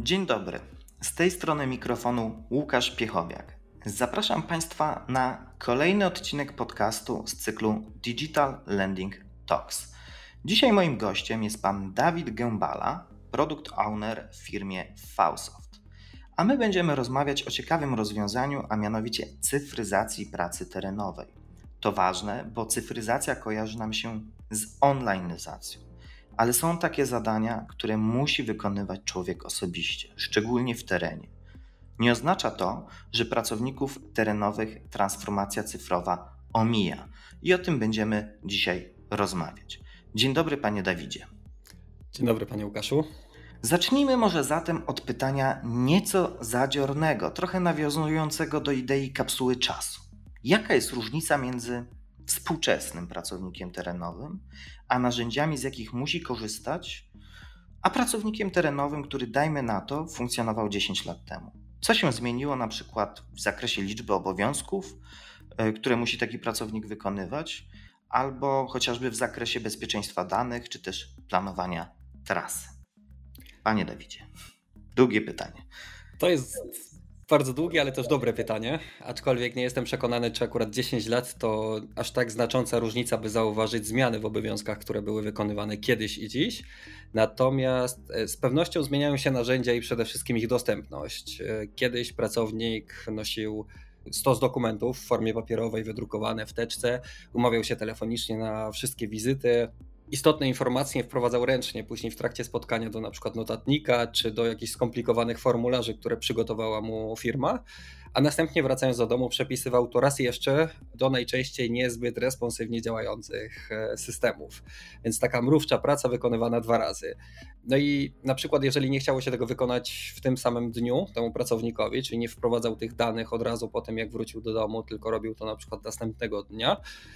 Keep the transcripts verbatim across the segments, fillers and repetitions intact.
Dzień dobry, z tej strony mikrofonu Łukasz Piechowiak. Zapraszam Państwa na kolejny odcinek podcastu z cyklu Digital Lending Talks. Dzisiaj moim gościem jest pan Dawid Gębala, product owner w firmie Fausoft. A my będziemy rozmawiać o ciekawym rozwiązaniu, a mianowicie cyfryzacji pracy terenowej. To ważne, bo cyfryzacja kojarzy nam się z online'yzacją. Ale są takie zadania, które musi wykonywać człowiek osobiście, szczególnie w terenie. Nie oznacza to, że pracowników terenowych transformacja cyfrowa omija. I o tym będziemy dzisiaj rozmawiać. Dzień dobry, panie Dawidzie. Dzień dobry, panie Łukaszu. Zacznijmy może zatem od pytania nieco zadziornego, trochę nawiązującego do idei kapsuły czasu. Jaka jest różnica między współczesnym pracownikiem terenowym, a narzędziami, z jakich musi korzystać, a pracownikiem terenowym, który, dajmy na to, funkcjonował dziesięć lat temu? Co się zmieniło na przykład w zakresie liczby obowiązków, które musi taki pracownik wykonywać, albo chociażby w zakresie bezpieczeństwa danych, czy też planowania trasy? Panie Dawidzie, długie pytanie. To jest bardzo długie, ale też dobre pytanie, aczkolwiek nie jestem przekonany, czy akurat dziesięć lat to aż tak znacząca różnica, by zauważyć zmiany w obowiązkach, które były wykonywane kiedyś i dziś. Natomiast z pewnością zmieniają się narzędzia i przede wszystkim ich dostępność. Kiedyś pracownik nosił stos dokumentów w formie papierowej, wydrukowane w teczce, umawiał się telefonicznie na wszystkie wizyty. Istotne informacje wprowadzał ręcznie, później w trakcie spotkania do na przykład notatnika czy do jakichś skomplikowanych formularzy, które przygotowała mu firma, a następnie wracając do domu przepisywał to raz jeszcze do najczęściej niezbyt responsywnie działających systemów. Więc taka mrówcza praca wykonywana dwa razy. No i na przykład jeżeli nie chciało się tego wykonać w tym samym dniu temu pracownikowi, czyli nie wprowadzał tych danych od razu po tym jak wrócił do domu, tylko robił to na przykład następnego dnia,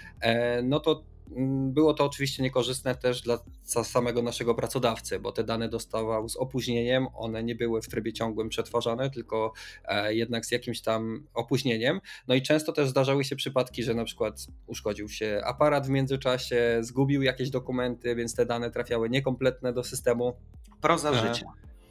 no to było to oczywiście niekorzystne też dla samego naszego pracodawcy, bo te dane dostawał z opóźnieniem, one nie były w trybie ciągłym przetwarzane, tylko jednak z jakimś tam opóźnieniem. No i często też zdarzały się przypadki, że na przykład uszkodził się aparat w międzyczasie, zgubił jakieś dokumenty, więc te dane trafiały niekompletne do systemu. Proza życia.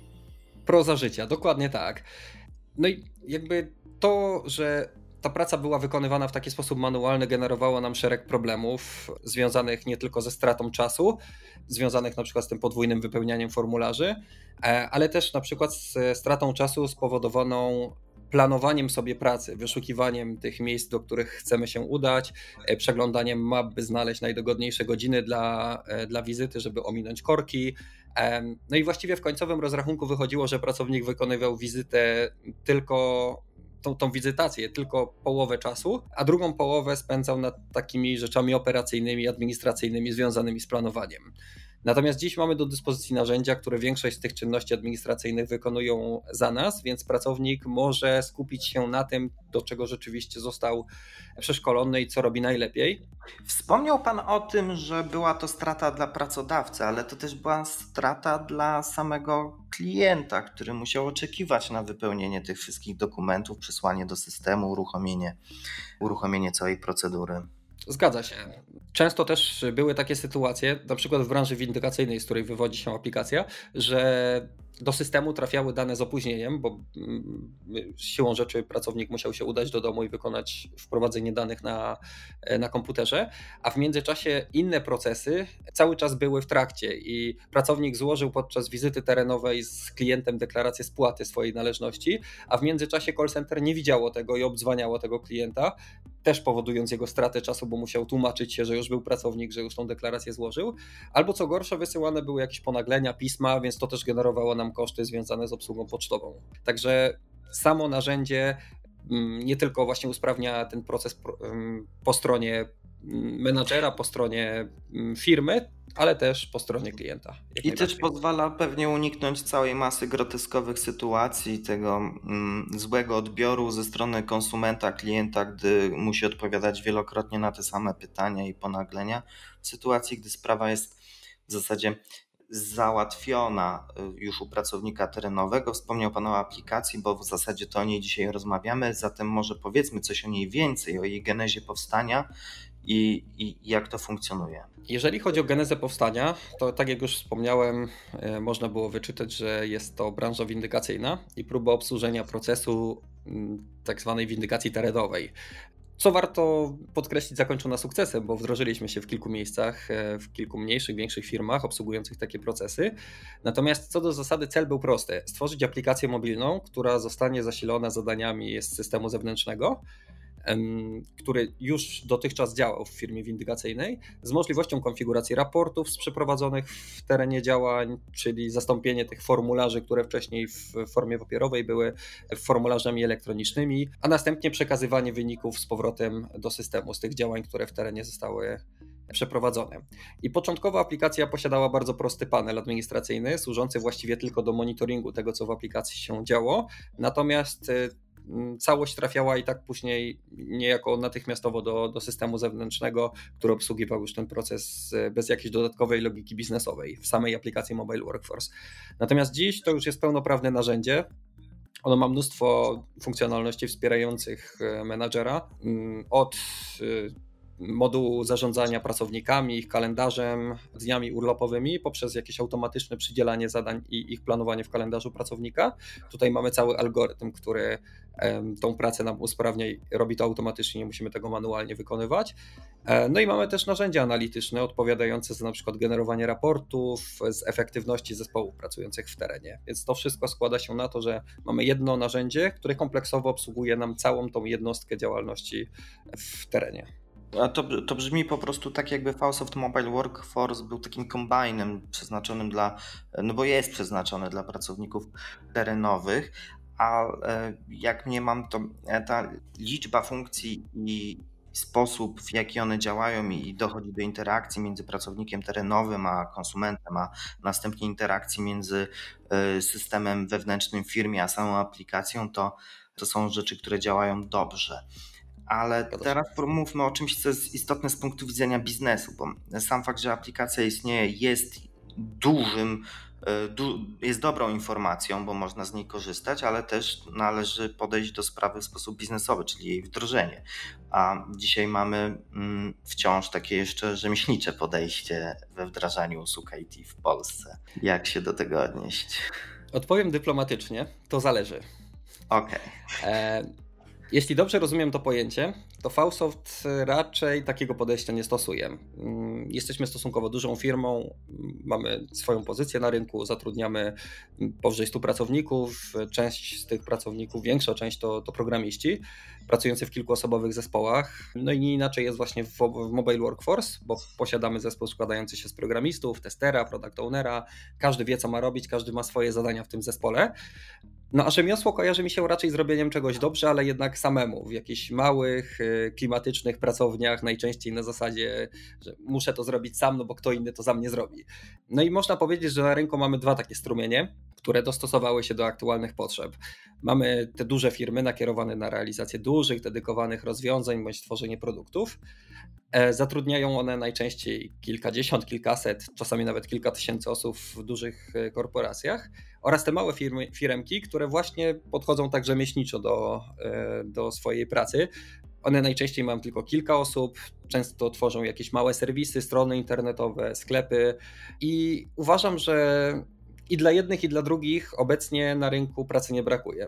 Proza życia, dokładnie tak. No i jakby to, że ta praca była wykonywana w taki sposób manualny, generowała nam szereg problemów związanych nie tylko ze stratą czasu, związanych na przykład z tym podwójnym wypełnianiem formularzy, ale też na przykład z stratą czasu spowodowaną planowaniem sobie pracy, wyszukiwaniem tych miejsc, do których chcemy się udać, przeglądaniem map, by znaleźć najdogodniejsze godziny dla, dla wizyty, żeby ominąć korki. No i właściwie w końcowym rozrachunku wychodziło, że pracownik wykonywał wizytę tylko Tą, tą wizytację tylko połowę czasu, a drugą połowę spędzał nad takimi rzeczami operacyjnymi, administracyjnymi związanymi z planowaniem. Natomiast dziś mamy do dyspozycji narzędzia, które większość z tych czynności administracyjnych wykonują za nas, więc pracownik może skupić się na tym, do czego rzeczywiście został przeszkolony i co robi najlepiej. Wspomniał pan o tym, że była to strata dla pracodawcy, ale to też była strata dla samego klienta, który musiał oczekiwać na wypełnienie tych wszystkich dokumentów, przesłanie do systemu, uruchomienie, uruchomienie całej procedury. Zgadza się. Często też były takie sytuacje, na przykład w branży windykacyjnej, z której wywodzi się aplikacja, że do systemu trafiały dane z opóźnieniem, bo siłą rzeczy pracownik musiał się udać do domu i wykonać wprowadzenie danych na, na komputerze, a w międzyczasie inne procesy cały czas były w trakcie i pracownik złożył podczas wizyty terenowej z klientem deklarację spłaty swojej należności, a w międzyczasie call center nie widziało tego i obdzwaniało tego klienta, też powodując jego stratę czasu, bo musiał tłumaczyć się, że już był pracownik, że już tą deklarację złożył, albo co gorsza wysyłane były jakieś ponaglenia, pisma, więc to też generowało nam koszty związane z obsługą pocztową. Także samo narzędzie nie tylko właśnie usprawnia ten proces po stronie menadżera, po stronie firmy, ale też po stronie klienta. I też pozwala pewnie uniknąć całej masy groteskowych sytuacji, tego mm, złego odbioru ze strony konsumenta, klienta, gdy musi odpowiadać wielokrotnie na te same pytania i ponaglenia, w sytuacji, gdy sprawa jest w zasadzie załatwiona już u pracownika terenowego. Wspomniał pan o aplikacji, bo w zasadzie to o niej dzisiaj rozmawiamy, zatem może powiedzmy coś o niej więcej, o jej genezie powstania i, i jak to funkcjonuje? Jeżeli chodzi o genezę powstania, to tak jak już wspomniałem, można było wyczytać, że jest to branża windykacyjna i próba obsłużenia procesu tak zwanej windykacji terenowej. Co warto podkreślić, zakończona sukcesem, bo wdrożyliśmy się w kilku miejscach, w kilku mniejszych, większych firmach obsługujących takie procesy. Natomiast co do zasady cel był prosty. Stworzyć aplikację mobilną, która zostanie zasilona zadaniami z systemu zewnętrznego, który już dotychczas działał w firmie windykacyjnej, z możliwością konfiguracji raportów z przeprowadzonych w terenie działań, czyli zastąpienie tych formularzy, które wcześniej w formie papierowej były formularzami elektronicznymi, a następnie przekazywanie wyników z powrotem do systemu z tych działań, które w terenie zostały przeprowadzone. I początkowo aplikacja posiadała bardzo prosty panel administracyjny, służący właściwie tylko do monitoringu tego, co w aplikacji się działo, natomiast całość trafiała i tak później niejako natychmiastowo do, do systemu zewnętrznego, który obsługiwał już ten proces bez jakiejś dodatkowej logiki biznesowej w samej aplikacji Mobile Workforce. Natomiast dziś to już jest pełnoprawne narzędzie. Ono ma mnóstwo funkcjonalności wspierających menadżera, od modułu zarządzania pracownikami, ich kalendarzem, dniami urlopowymi, poprzez jakieś automatyczne przydzielanie zadań i ich planowanie w kalendarzu pracownika. Tutaj mamy cały algorytm, który tą pracę nam usprawnia i robi to automatycznie, nie musimy tego manualnie wykonywać. No i mamy też narzędzia analityczne odpowiadające za na przykład generowanie raportów z efektywności zespołów pracujących w terenie. Więc to wszystko składa się na to, że mamy jedno narzędzie, które kompleksowo obsługuje nam całą tą jednostkę działalności w terenie. A to, to brzmi po prostu tak, jakby Fausoft Mobile Workforce był takim kombajnem przeznaczonym dla, no bo jest przeznaczony dla pracowników terenowych, a jak mnie mam, to ta liczba funkcji i sposób, w jaki one działają i dochodzi do interakcji między pracownikiem terenowym a konsumentem, a następnie interakcji między systemem wewnętrznym w firmie a samą aplikacją, to, to są rzeczy, które działają dobrze. Ale teraz pomówmy o czymś, co jest istotne z punktu widzenia biznesu, bo sam fakt, że aplikacja istnieje, jest dużym, jest dobrą informacją, bo można z niej korzystać, ale też należy podejść do sprawy w sposób biznesowy, czyli jej wdrożenie. A dzisiaj mamy wciąż takie jeszcze rzemieślnicze podejście we wdrażaniu usług I T w Polsce. Jak się do tego odnieść? Odpowiem dyplomatycznie, to zależy. Okej. Okay. Jeśli dobrze rozumiem to pojęcie, to Fausoft raczej takiego podejścia nie stosuje. Jesteśmy stosunkowo dużą firmą, mamy swoją pozycję na rynku, zatrudniamy powyżej stu pracowników, część z tych pracowników, większa część to, to programiści pracujący w kilkuosobowych zespołach. No i nie inaczej jest właśnie w, w Mobile Workforce, bo posiadamy zespół składający się z programistów, testera, product ownera, każdy wie co ma robić, każdy ma swoje zadania w tym zespole. No a rzemiosło kojarzy mi się raczej z robieniem czegoś dobrze, ale jednak samemu, w jakichś małych, klimatycznych pracowniach, najczęściej na zasadzie, że muszę to zrobić sam, no bo kto inny to za mnie zrobi. No i można powiedzieć, że na rynku mamy dwa takie strumienie, które dostosowały się do aktualnych potrzeb. Mamy te duże firmy nakierowane na realizację dużych, dedykowanych rozwiązań bądź tworzenie produktów. Zatrudniają one najczęściej kilkadziesiąt, kilkaset, czasami nawet kilka tysięcy osób w dużych korporacjach oraz te małe firmy, firemki, które właśnie podchodzą tak rzemieślniczo do, do swojej pracy. One najczęściej mają tylko kilka osób, często tworzą jakieś małe serwisy, strony internetowe, sklepy i uważam, że i dla jednych, i dla drugich obecnie na rynku pracy nie brakuje.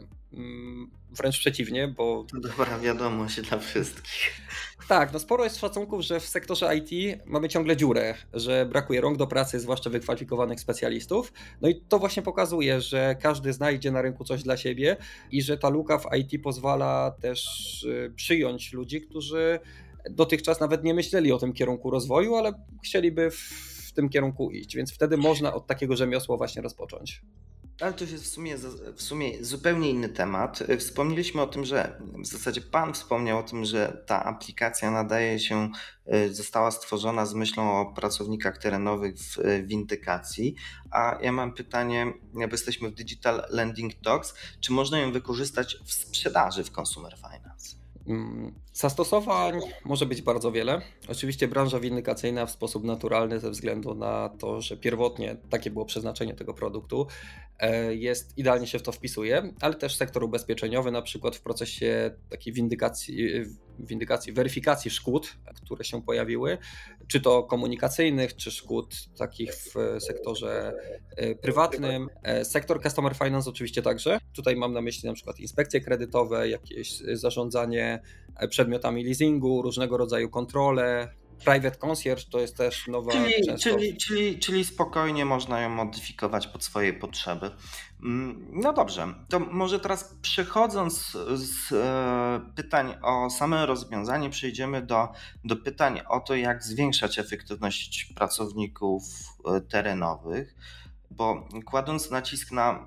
Wręcz przeciwnie, bo... To dobra wiadomość dla wszystkich. Tak, no sporo jest szacunków, że w sektorze I T mamy ciągle dziurę, że brakuje rąk do pracy, zwłaszcza wykwalifikowanych specjalistów. No i to właśnie pokazuje, że każdy znajdzie na rynku coś dla siebie i że ta luka w I T pozwala też przyjąć ludzi, którzy dotychczas nawet nie myśleli o tym kierunku rozwoju, ale chcieliby w w tym kierunku iść, więc wtedy można od takiego rzemiosła właśnie rozpocząć. Ale to jest w sumie, w sumie zupełnie inny temat. Wspomnieliśmy o tym, że w zasadzie Pan wspomniał o tym, że ta aplikacja nadaje się, została stworzona z myślą o pracownikach terenowych w windykacji, a ja mam pytanie, bo jesteśmy w Digital Lending Talks, czy można ją wykorzystać w sprzedaży w Consumer Finance? Zastosowań może być bardzo wiele. Oczywiście branża windykacyjna w sposób naturalny ze względu na to, że pierwotnie takie było przeznaczenie tego produktu, e, jest idealnie się w to wpisuje, ale też sektor ubezpieczeniowy, na przykład w procesie takiej windykacji, windykacji, weryfikacji szkód, które się pojawiły, czy to komunikacyjnych, czy szkód takich w sektorze e, prywatnym. E, Sektor customer finance oczywiście także. Tutaj mam na myśli na przykład inspekcje kredytowe, jakieś zarządzanie przedmiotami leasingu, różnego rodzaju kontrole. Private concierge to jest też nowa Czyli, często. czyli, czyli, czyli spokojnie można ją modyfikować pod swoje potrzeby. Mm, No dobrze, to może teraz przechodząc z e, pytań o same rozwiązanie, przejdziemy do, do pytań o to, jak zwiększać efektywność pracowników e, terenowych, bo kładąc nacisk na,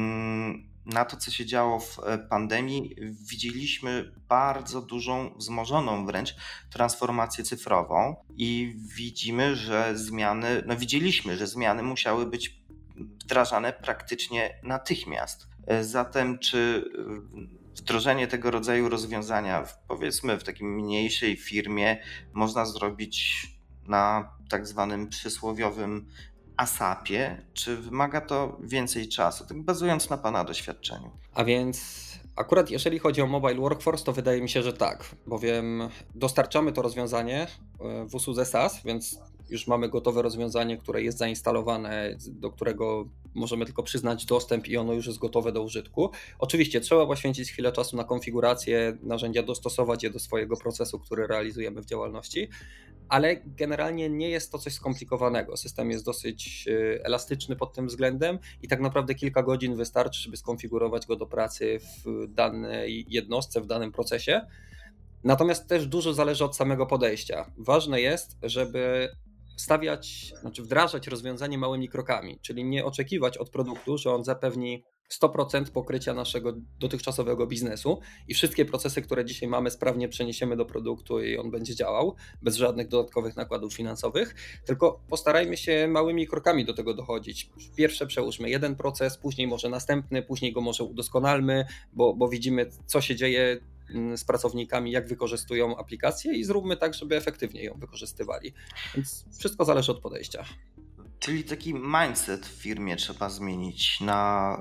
mm, na to, co się działo w e, pandemii, widzieliśmy bardzo dużą, wzmożoną wręcz transformację cyfrową i widzimy, że zmiany, no widzieliśmy, że zmiany musiały być wdrażane praktycznie natychmiast. E, Zatem czy e, wdrożenie tego rodzaju rozwiązania, w, powiedzmy w takiej mniejszej firmie, można zrobić na tak zwanym przysłowiowym asapie, czy wymaga to więcej czasu, tak bazując na Pana doświadczeniu? A więc akurat jeżeli chodzi o Mobile Workforce, to wydaje mi się, że tak, bowiem dostarczamy to rozwiązanie e, w usłudze SaaS, więc już mamy gotowe rozwiązanie, które jest zainstalowane, do którego możemy tylko przyznać dostęp i ono już jest gotowe do użytku. Oczywiście trzeba poświęcić chwilę czasu na konfigurację narzędzia, dostosować je do swojego procesu, który realizujemy w działalności, ale generalnie nie jest to coś skomplikowanego. System jest dosyć e, elastyczny pod tym względem i tak naprawdę kilka godzin wystarczy, żeby skonfigurować go do pracy w danej jednostce, w danym procesie. Natomiast też dużo zależy od samego podejścia. Ważne jest, żeby stawiać, znaczy wdrażać rozwiązanie małymi krokami, czyli nie oczekiwać od produktu, że on zapewni sto procent pokrycia naszego dotychczasowego biznesu i wszystkie procesy, które dzisiaj mamy, sprawnie przeniesiemy do produktu i on będzie działał bez żadnych dodatkowych nakładów finansowych, tylko postarajmy się małymi krokami do tego dochodzić. Pierwsze przełóżmy jeden proces, później może następny, później go może udoskonalmy, bo, bo widzimy, co się dzieje z pracownikami, jak wykorzystują aplikację i zróbmy tak, żeby efektywnie ją wykorzystywali. Więc wszystko zależy od podejścia. Czyli taki mindset w firmie trzeba zmienić na,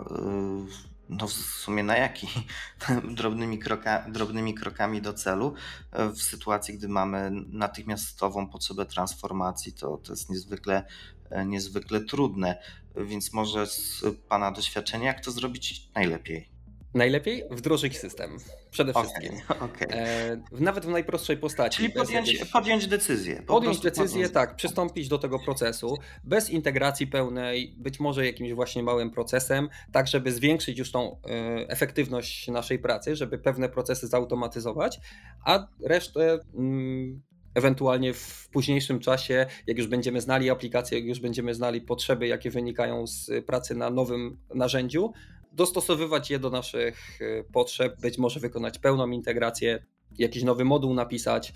y, no w sumie na jaki? Drobnymi, kroka, drobnymi krokami do celu. W sytuacji, gdy mamy natychmiastową potrzebę transformacji, to, to jest niezwykle, niezwykle trudne. Więc może z Pana doświadczenia, jak to zrobić najlepiej? Najlepiej wdrożyć system, przede wszystkim. Okay, okay. E, nawet w najprostszej postaci. Czyli podjąć, jakieś... podjąć decyzję. Po podjąć decyzję, podjąć... tak, przystąpić do tego procesu bez integracji pełnej, być może jakimś właśnie małym procesem, tak żeby zwiększyć już tą e, efektywność naszej pracy, żeby pewne procesy zautomatyzować, a resztę mm, ewentualnie w późniejszym czasie, jak już będziemy znali aplikację, jak już będziemy znali potrzeby, jakie wynikają z pracy na nowym narzędziu, dostosowywać je do naszych potrzeb, być może wykonać pełną integrację, jakiś nowy moduł napisać.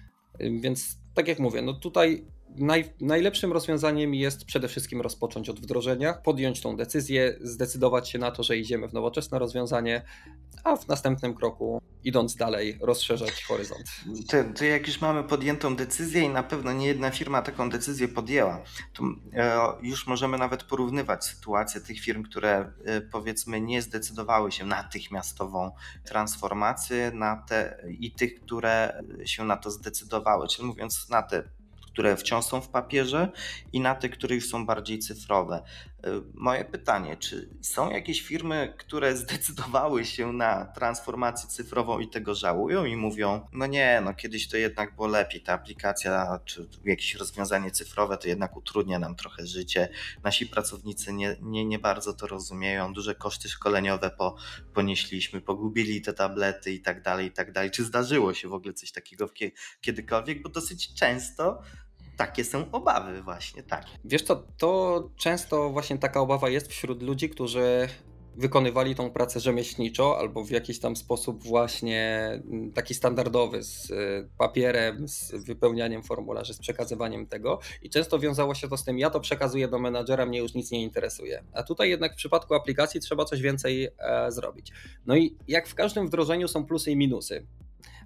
Więc tak jak mówię, no tutaj naj, najlepszym rozwiązaniem jest przede wszystkim rozpocząć od wdrożenia, podjąć tą decyzję, zdecydować się na to, że idziemy w nowoczesne rozwiązanie, a w następnym kroku, idąc dalej, rozszerzać horyzont. To, to jak już mamy podjętą decyzję i na pewno nie jedna firma taką decyzję podjęła, to już możemy nawet porównywać sytuację tych firm, które powiedzmy nie zdecydowały się na natychmiastową transformację na te, i tych, które się na to zdecydowały, czyli mówiąc na te, które wciąż są w papierze i na te, które już są bardziej cyfrowe. Moje pytanie, czy są jakieś firmy, które zdecydowały się na transformację cyfrową i tego żałują i mówią, no nie, no kiedyś to jednak było lepiej, ta aplikacja czy jakieś rozwiązanie cyfrowe to jednak utrudnia nam trochę życie, nasi pracownicy nie, nie, nie bardzo to rozumieją, duże koszty szkoleniowe po, ponieśliśmy, pogubili te tablety i tak dalej, i tak dalej. Czy zdarzyło się w ogóle coś takiego kiedykolwiek, bo dosyć często takie są obawy właśnie, tak. Wiesz co, to często właśnie taka obawa jest wśród ludzi, którzy wykonywali tą pracę rzemieślniczo albo w jakiś tam sposób właśnie taki standardowy z papierem, z wypełnianiem formularzy, z przekazywaniem tego i często wiązało się to z tym, ja to przekazuję do menadżera, mnie już nic nie interesuje. A tutaj jednak w przypadku aplikacji trzeba coś więcej e, zrobić. No i jak w każdym wdrożeniu są plusy i minusy.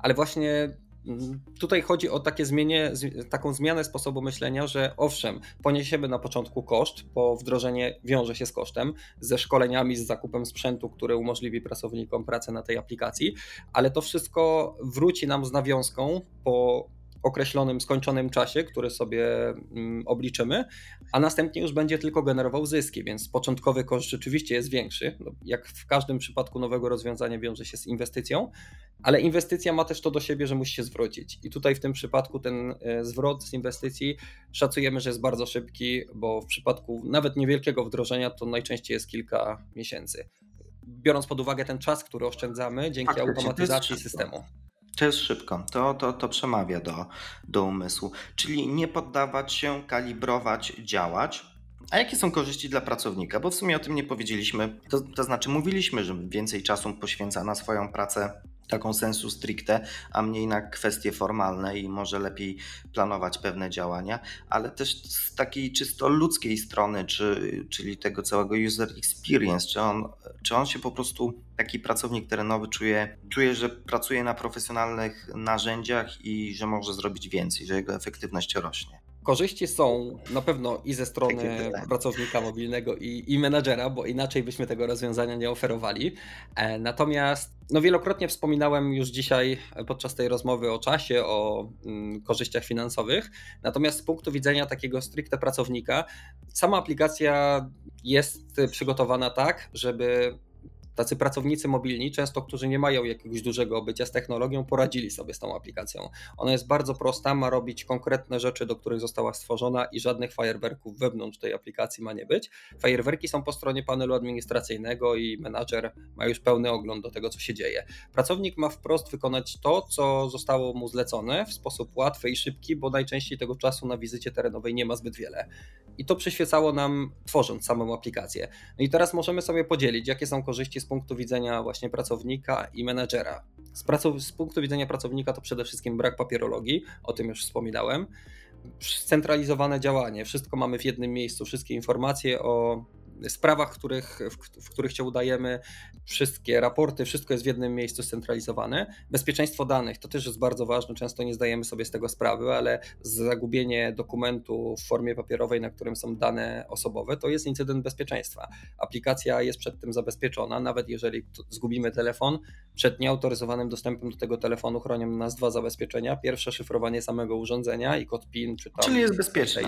ale właśnie tutaj chodzi o takie zmienie, taką zmianę sposobu myślenia, że owszem, poniesiemy na początku koszt, bo wdrożenie wiąże się z kosztem, ze szkoleniami, z zakupem sprzętu, który umożliwi pracownikom pracę na tej aplikacji, ale to wszystko wróci nam z nawiązką po określonym, skończonym czasie, który sobie obliczymy, a następnie już będzie tylko generował zyski, więc początkowy koszt rzeczywiście jest większy. Jak w każdym przypadku nowego rozwiązania wiąże się z inwestycją, ale inwestycja ma też to do siebie, że musi się zwrócić. I tutaj w tym przypadku ten zwrot z inwestycji szacujemy, że jest bardzo szybki, bo w przypadku nawet niewielkiego wdrożenia to najczęściej jest kilka miesięcy. Biorąc pod uwagę ten czas, który oszczędzamy dzięki Faktycznie, automatyzacji systemu. To jest szybko, to, to, to przemawia do, do umysłu. Czyli nie poddawać się, kalibrować, działać. A jakie są korzyści dla pracownika? Bo w sumie o tym nie powiedzieliśmy. To, to znaczy mówiliśmy, że więcej czasu poświęca na swoją pracę taką sensu stricte, a mniej na kwestie formalne i może lepiej planować pewne działania, ale też z takiej czysto ludzkiej strony, czy, czyli tego całego user experience, czy on, czy on się po prostu, taki pracownik terenowy czuje, czuje, że pracuje na profesjonalnych narzędziach i że może zrobić więcej, że jego efektywność rośnie. Korzyści są na pewno i ze strony pracownika mobilnego i, i menadżera, bo inaczej byśmy tego rozwiązania nie oferowali. Natomiast no wielokrotnie wspominałem już dzisiaj podczas tej rozmowy o czasie, o mm, korzyściach finansowych. Natomiast z punktu widzenia takiego stricte pracownika, sama aplikacja jest przygotowana tak, żeby tacy pracownicy mobilni, często którzy nie mają jakiegoś dużego obycia z technologią, poradzili sobie z tą aplikacją. Ona jest bardzo prosta, ma robić konkretne rzeczy, do których została stworzona i żadnych fajerwerków wewnątrz tej aplikacji ma nie być. Fajerwerki są po stronie panelu administracyjnego i menadżer ma już pełny ogląd do tego, co się dzieje. Pracownik ma wprost wykonać to, co zostało mu zlecone w sposób łatwy i szybki, bo najczęściej tego czasu na wizycie terenowej nie ma zbyt wiele. I to przyświecało nam, tworząc samą aplikację. No i teraz możemy sobie podzielić, jakie są korzyści z punktu widzenia właśnie pracownika i menedżera. Z, pracu- z punktu widzenia pracownika to przede wszystkim brak papierologii, o tym już wspominałem. Scentralizowane działanie, wszystko mamy w jednym miejscu, wszystkie informacje o sprawach, których, w, w których się udajemy, wszystkie raporty, wszystko jest w jednym miejscu scentralizowane. Bezpieczeństwo danych to też jest bardzo ważne, często nie zdajemy sobie z tego sprawy, ale zagubienie dokumentu w formie papierowej, na którym są dane osobowe, to jest incydent bezpieczeństwa. Aplikacja jest przed tym zabezpieczona, nawet jeżeli zgubimy telefon, przed nieautoryzowanym dostępem do tego telefonu chronią nas dwa zabezpieczenia. Pierwsze szyfrowanie samego urządzenia i kod PIN, czy tam Czyli jest bezpieczne.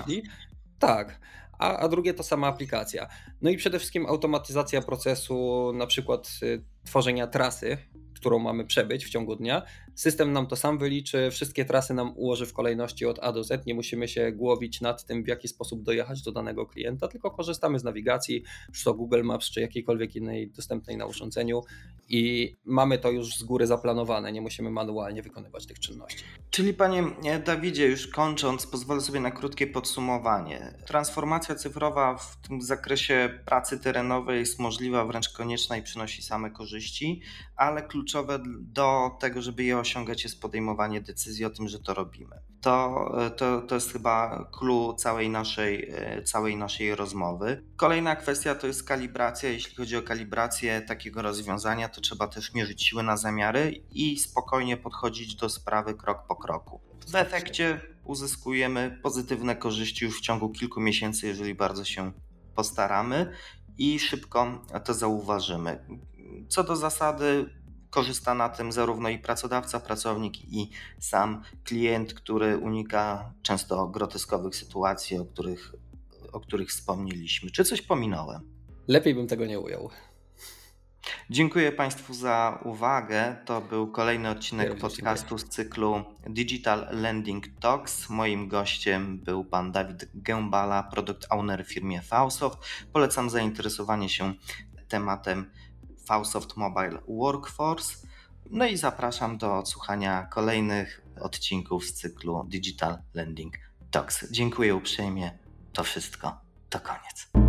Tak, a, a drugie to sama aplikacja. No i przede wszystkim automatyzacja procesu, na przykład y, tworzenia trasy, którą mamy przebyć w ciągu dnia. System nam to sam wyliczy, wszystkie trasy nam ułoży w kolejności od A do Z, nie musimy się głowić nad tym, w jaki sposób dojechać do danego klienta, tylko korzystamy z nawigacji, czy to Google Maps, czy jakiejkolwiek innej dostępnej na urządzeniu i mamy to już z góry zaplanowane, nie musimy manualnie wykonywać tych czynności. Czyli panie Dawidzie, już kończąc, pozwolę sobie na krótkie podsumowanie. Transformacja cyfrowa w tym zakresie pracy terenowej jest możliwa, wręcz konieczna i przynosi same korzyści, ale kluczowe do tego, żeby je osiągać, jest podejmowanie decyzji o tym, że to robimy. To, to, to jest chyba clue całej naszej, całej naszej rozmowy. Kolejna kwestia to jest kalibracja. Jeśli chodzi o kalibrację takiego rozwiązania, to trzeba też mierzyć siły na zamiary i spokojnie podchodzić do sprawy krok po kroku. W efekcie uzyskujemy pozytywne korzyści już w ciągu kilku miesięcy, jeżeli bardzo się postaramy i szybko to zauważymy. Co do zasady, korzysta na tym zarówno i pracodawca, pracownik, i sam klient, który unika często groteskowych sytuacji, o których, o których wspomnieliśmy. Czy coś pominąłem? Lepiej bym tego nie ujął. Dziękuję Państwu za uwagę. To był kolejny odcinek Ja podcastu dziękuję. z cyklu Digital Lending Talks. Moim gościem był pan Dawid Gębala, product owner w firmie Fausoft. Polecam zainteresowanie się tematem Fausoft Mobile Workforce. No i zapraszam do odsłuchania kolejnych odcinków z cyklu Digital Lending Talks. Dziękuję uprzejmie. To wszystko. To koniec.